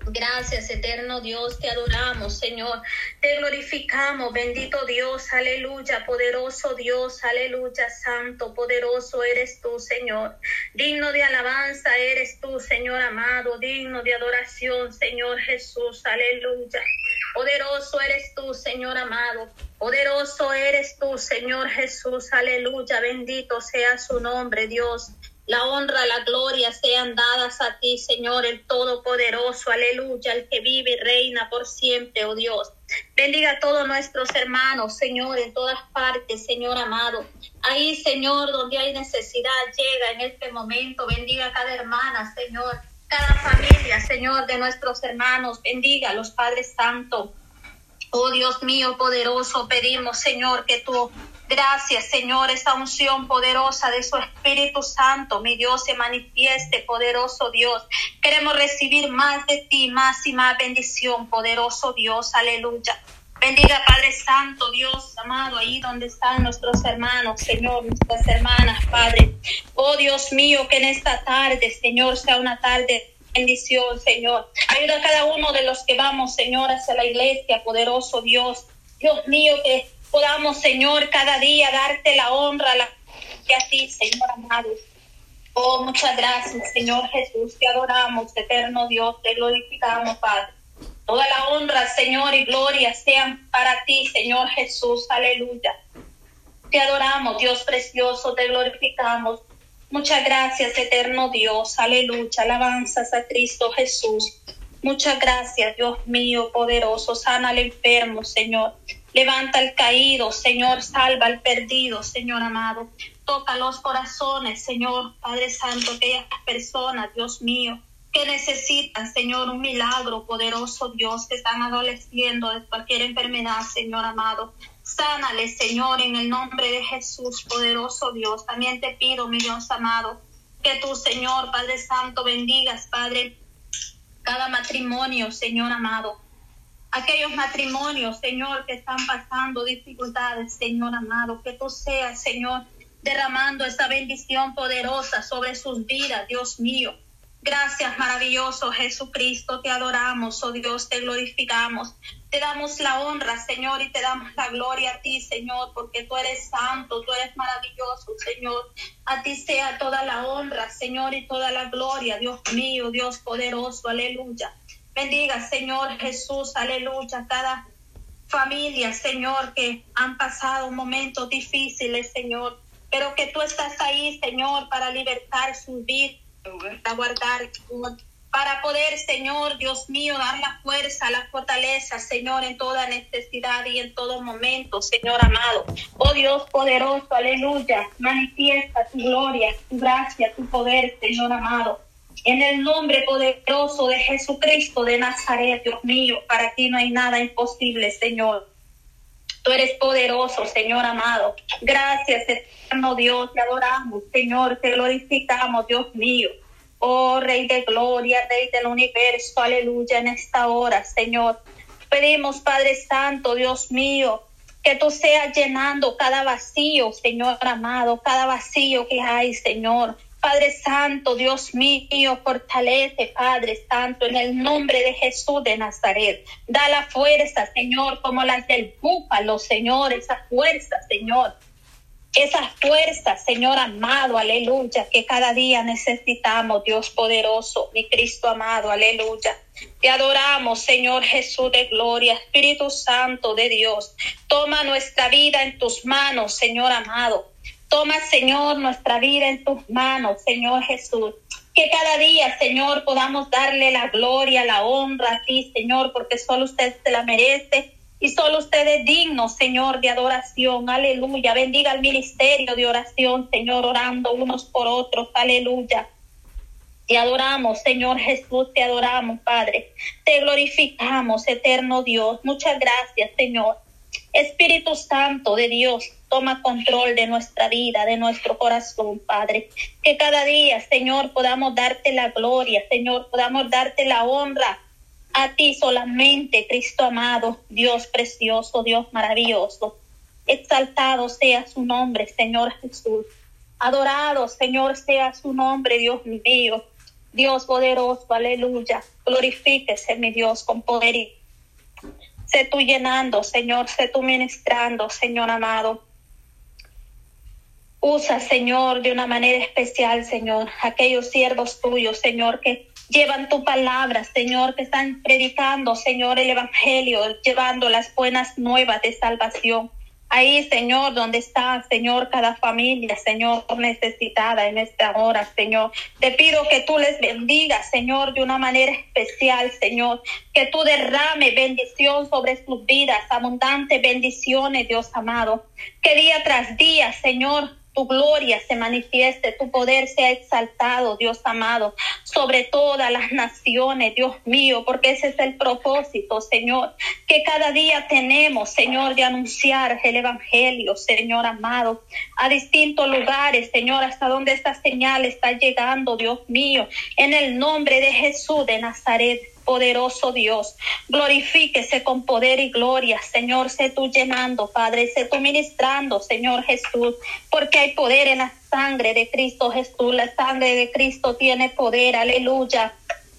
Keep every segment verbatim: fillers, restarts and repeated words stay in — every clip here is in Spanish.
Gracias, eterno Dios, te adoramos, Señor, te glorificamos, bendito Dios, aleluya, poderoso Dios, aleluya, santo, poderoso eres tú, Señor, digno de alabanza eres tú, Señor amado, digno de adoración, Señor Jesús, aleluya, poderoso eres tú, Señor amado, poderoso eres tú, Señor Jesús, aleluya, bendito sea su nombre, Dios. La honra, la gloria sean dadas a ti, Señor, el Todopoderoso, aleluya, el que vive y reina por siempre, oh Dios. Bendiga a todos nuestros hermanos, Señor, en todas partes, Señor amado. Ahí, Señor, donde hay necesidad, llega en este momento. Bendiga a cada hermana, Señor, cada familia, Señor, de nuestros hermanos. Bendiga a los Padres Santos. Oh Dios mío poderoso, pedimos, Señor, que tú, gracias, Señor, esa unción poderosa de su Espíritu Santo, mi Dios, se manifieste, poderoso Dios. Queremos recibir más de ti, más y más bendición, poderoso Dios, aleluya. Bendiga, Padre Santo, Dios amado, ahí donde están nuestros hermanos, Señor, nuestras hermanas, Padre. Oh Dios mío, que en esta tarde, Señor, sea una tarde bendición, Señor. Ayuda a cada uno de los que vamos, Señor, hacia la iglesia, poderoso Dios. Dios mío, que podamos, Señor, cada día darte la honra, la que a ti, Señor amado. Oh, muchas gracias, Señor Jesús. Te adoramos, eterno Dios. Te glorificamos, Padre. Toda la honra, Señor, y gloria sean para ti, Señor Jesús. Aleluya. Te adoramos, Dios precioso. Te glorificamos. Muchas gracias, eterno Dios. Aleluya. Alabanzas a Cristo Jesús. Muchas gracias, Dios mío poderoso. Sana al enfermo, Señor. Levanta al caído, Señor. Salva al perdido, Señor amado. Toca los corazones, Señor. Padre Santo, aquellas personas, Dios mío, que necesitan, Señor, un milagro, poderoso Dios, que están adoleciendo de cualquier enfermedad, Señor amado. Sánale, Señor, en el nombre de Jesús, poderoso Dios. También te pido, mi Dios amado, que tú, Señor, Padre Santo, bendigas, Padre, cada matrimonio, Señor amado. Aquellos matrimonios, Señor, que están pasando dificultades, Señor amado, que tú seas, Señor, derramando esa bendición poderosa sobre sus vidas, Dios mío. Gracias, maravilloso Jesucristo, te adoramos, oh Dios, te glorificamos. Te damos la honra, Señor, y te damos la gloria a ti, Señor, porque tú eres santo, tú eres maravilloso, Señor. A ti sea toda la honra, Señor, y toda la gloria, Dios mío, Dios poderoso, aleluya. Bendiga, Señor Jesús, aleluya, cada familia, Señor, que han pasado momentos difíciles, Señor, pero que tú estás ahí, Señor, para libertar sus vidas, para guardar, para poder, Señor, Dios mío, dar la fuerza, la fortaleza, Señor, en toda necesidad y en todo momento, Señor amado. Oh Dios poderoso, aleluya, manifiesta tu gloria, tu gracia, tu poder, Señor amado. En el nombre poderoso de Jesucristo de Nazaret, Dios mío, para ti no hay nada imposible, Señor. Tú eres poderoso, Señor amado. Gracias, eterno Dios, te adoramos, Señor, te glorificamos, Dios mío. Oh, Rey de gloria, Rey del universo, aleluya, en esta hora, Señor. Pedimos, Padre Santo, Dios mío, que tú seas llenando cada vacío, Señor amado, cada vacío que hay, Señor. Padre Santo, Dios mío, fortalece, Padre Santo, en el nombre de Jesús de Nazaret. Da la fuerza, Señor, como las del búfalo, Señor, esa fuerza, Señor. Esa fuerza, Señor amado, aleluya, que cada día necesitamos, Dios poderoso, mi Cristo amado, aleluya. Te adoramos, Señor Jesús de gloria, Espíritu Santo de Dios. Toma nuestra vida en tus manos, Señor amado. Toma, Señor, nuestra vida en tus manos, Señor Jesús. Que cada día, Señor, podamos darle la gloria, la honra a ti, Señor, porque solo usted se la merece y solo usted es digno, Señor, de adoración. Aleluya. Bendiga el ministerio de oración, Señor, orando unos por otros. Aleluya. Te adoramos, Señor Jesús, te adoramos, Padre. Te glorificamos, eterno Dios. Muchas gracias, Señor. Espíritu Santo de Dios, toma control de nuestra vida, de nuestro corazón, Padre. Que cada día, Señor, podamos darte la gloria, Señor, podamos darte la honra a ti solamente, Cristo amado, Dios precioso, Dios maravilloso. Exaltado sea su nombre, Señor Jesús. Adorado, Señor, sea su nombre, Dios mío. Dios poderoso, aleluya. Glorifíquese, mi Dios, con poder y sé tú llenando, Señor, sé tú ministrando, Señor amado. Usa, Señor, de una manera especial, Señor, aquellos siervos tuyos, Señor, que llevan tu palabra, Señor, que están predicando, Señor, el evangelio, llevando las buenas nuevas de salvación. Ahí, Señor, donde está, Señor, cada familia, Señor, necesitada en esta hora, Señor. Te pido que tú les bendigas, Señor, de una manera especial, Señor. Que tú derrame bendición sobre sus vidas, abundantes bendiciones, Dios amado. Que día tras día, Señor, tu gloria se manifieste, tu poder sea exaltado, Dios amado, sobre todas las naciones, Dios mío, porque ese es el propósito, Señor, que cada día tenemos, Señor, de anunciar el evangelio, Señor amado, a distintos lugares, Señor, hasta donde esta señal está llegando, Dios mío, en el nombre de Jesús de Nazaret. Poderoso Dios, glorifíquese con poder y gloria, Señor, sé tú llenando, Padre, sé tú ministrando, Señor Jesús, porque hay poder en la sangre de Cristo Jesús, la sangre de Cristo tiene poder, aleluya.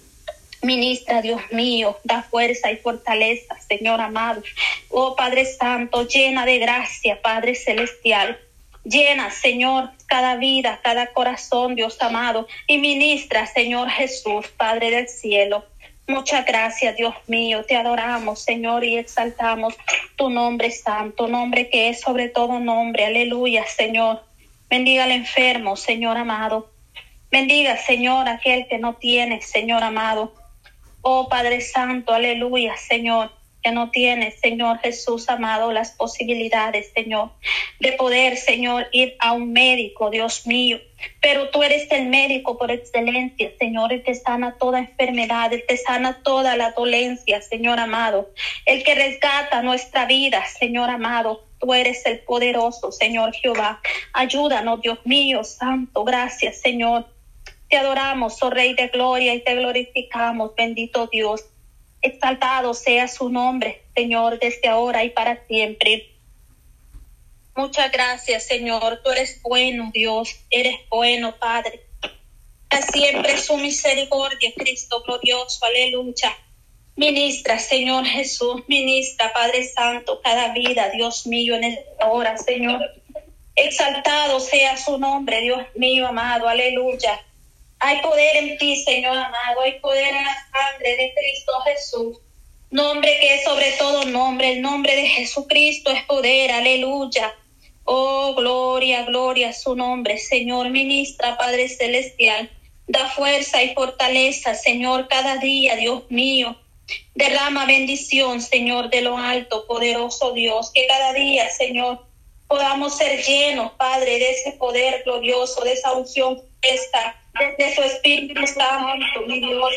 Ministra, Dios mío, da fuerza y fortaleza, Señor amado. Oh Padre Santo, llena de gracia, Padre Celestial. Llena, Señor, cada vida, cada corazón, Dios amado, y ministra, Señor Jesús, Padre del cielo. Muchas gracias, Dios mío, te adoramos, Señor, y exaltamos tu nombre santo, nombre que es sobre todo nombre, aleluya, Señor. Bendiga al enfermo, Señor amado. Bendiga, Señor, aquel que no tiene, Señor amado. Oh Padre Santo, aleluya, Señor, que no tiene, Señor Jesús amado, las posibilidades, Señor, de poder, Señor, ir a un médico, Dios mío. Pero tú eres el médico por excelencia, Señor, el que sana toda enfermedad, el que sana toda la dolencia, Señor amado, el que resgata nuestra vida, Señor amado. Tú eres el poderoso, Señor Jehová. Ayúdanos, Dios mío, santo, gracias, Señor. Te adoramos, oh Rey de gloria, y te glorificamos, bendito Dios. Exaltado sea su nombre, Señor, desde ahora y para siempre. Muchas gracias, Señor. Tú eres bueno, Dios. Eres bueno, Padre. Para siempre su misericordia, Cristo glorioso. Aleluya. Ministra, Señor Jesús. Ministra, Padre Santo, cada vida, Dios mío, en esta hora, Señor. Exaltado sea su nombre, Dios mío, amado. Aleluya. Hay poder en ti, Señor amado. Hay poder en la sangre de Cristo Jesús. Nombre que es sobre todo nombre. El nombre de Jesucristo es poder. Aleluya. Oh, gloria, gloria a su nombre. Señor, ministra, Padre Celestial. Da fuerza y fortaleza, Señor, cada día, Dios mío. Derrama bendición, Señor, de lo alto, poderoso Dios. Que cada día, Señor, podamos ser llenos, Padre, de ese poder glorioso, de esa unción esta, de su Espíritu Santo, mi Dios.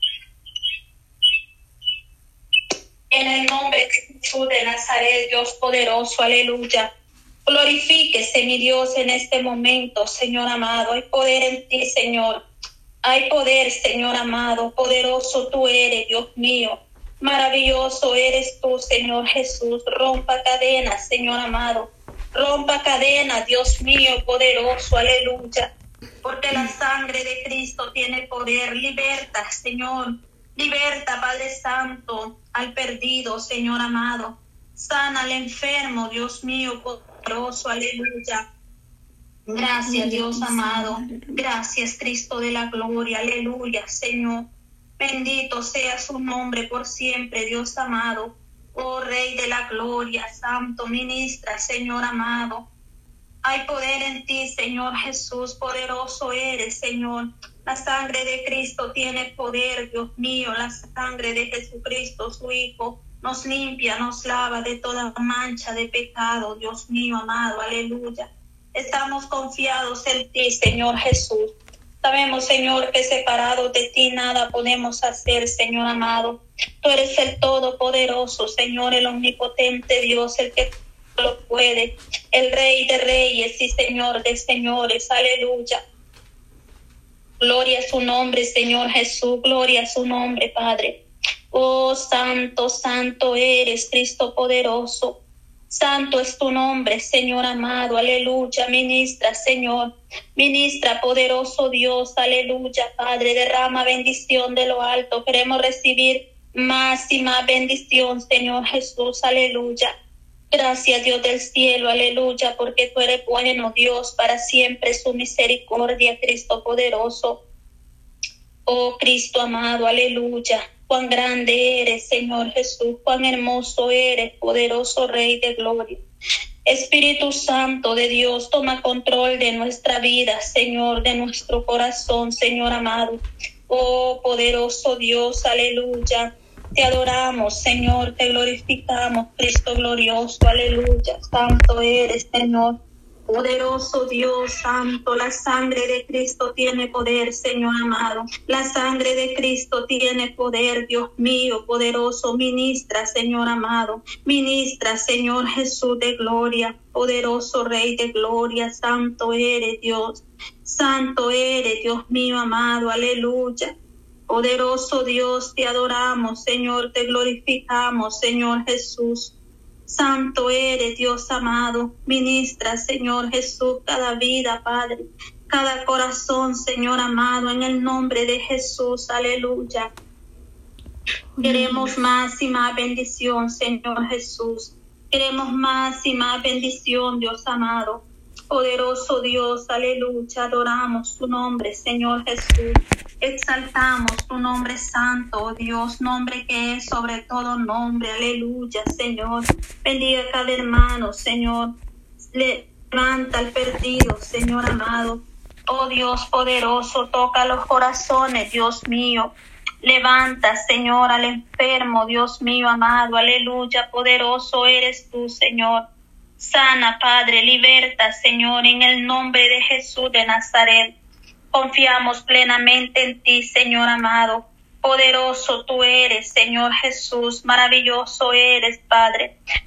En el nombre de Jesús de Nazaret, Dios poderoso, aleluya. Glorifíquese, mi Dios, en este momento, Señor amado. Hay poder en ti, Señor. Hay poder, Señor amado. Poderoso tú eres, Dios mío. Maravilloso eres tú, Señor Jesús. Rompa cadenas, Señor amado. Rompa cadenas, Dios mío, poderoso, aleluya. Porque la sangre de Cristo tiene poder. Liberta, Señor. Liberta, Padre Santo, al perdido, Señor amado. Sana al enfermo, Dios mío, poderoso, aleluya. Gracias, Dios amado. Gracias, Cristo de la gloria, aleluya, Señor. Bendito sea su nombre por siempre, Dios amado. Oh Rey de la gloria, santo, ministra, Señor amado. Hay poder en ti, Señor Jesús, poderoso eres, Señor. La sangre de Cristo tiene poder, Dios mío. La sangre de Jesucristo, su Hijo, nos limpia, nos lava de toda mancha de pecado, Dios mío, amado, aleluya. Estamos confiados en ti, Señor Jesús. Sabemos, Señor, que separados de ti nada podemos hacer, Señor amado. Tú eres el Todopoderoso, Señor, el Omnipotente Dios, el que lo puede, el Rey de Reyes y Señor de Señores, aleluya. Gloria a su nombre, Señor Jesús, gloria a su nombre, Padre. Oh, santo, santo eres, Cristo poderoso. Santo es tu nombre, Señor amado, aleluya. Ministra, Señor, ministra, poderoso Dios, aleluya. Padre, derrama bendición de lo alto. Queremos recibir más y más bendición, Señor Jesús, aleluya. Gracias, Dios del cielo, aleluya, porque tú eres bueno, Dios, para siempre su misericordia, Cristo poderoso. Oh Cristo amado, aleluya. Cuán grande eres, Señor Jesús, cuán hermoso eres, poderoso Rey de gloria. Espíritu Santo de Dios, toma control de nuestra vida, Señor, de nuestro corazón, Señor amado. Oh poderoso Dios, aleluya. Te adoramos, Señor, te glorificamos, Cristo glorioso, aleluya. Santo eres, Señor. Poderoso Dios santo, la sangre de Cristo tiene poder, Señor amado. La sangre de Cristo tiene poder, Dios mío, poderoso. Ministra, Señor amado. Ministra, Señor Jesús de gloria. Poderoso Rey de gloria, santo eres Dios. Santo eres, Dios mío amado, aleluya. Poderoso Dios, te adoramos, Señor, te glorificamos, Señor Jesús. Santo eres, Dios amado. Ministra, Señor Jesús, cada vida, Padre, cada corazón, Señor amado, en el nombre de Jesús, aleluya. Queremos más y más bendición, Señor Jesús. Queremos más y más bendición, Dios amado. Poderoso Dios, aleluya. Adoramos tu nombre, Señor Jesús. Exaltamos tu nombre santo, oh Dios, nombre que es sobre todo nombre, aleluya, Señor. Bendiga a cada hermano, Señor. Levanta al perdido, Señor amado. Oh Dios poderoso, toca los corazones, Dios mío. Levanta, Señor, al enfermo, Dios mío amado, aleluya. Poderoso eres tú, Señor. Sana, Padre, liberta, Señor, en el nombre de Jesús de Nazaret. Confiamos plenamente en ti, Señor amado. Poderoso tú eres, Señor Jesús. Maravilloso eres, Padre.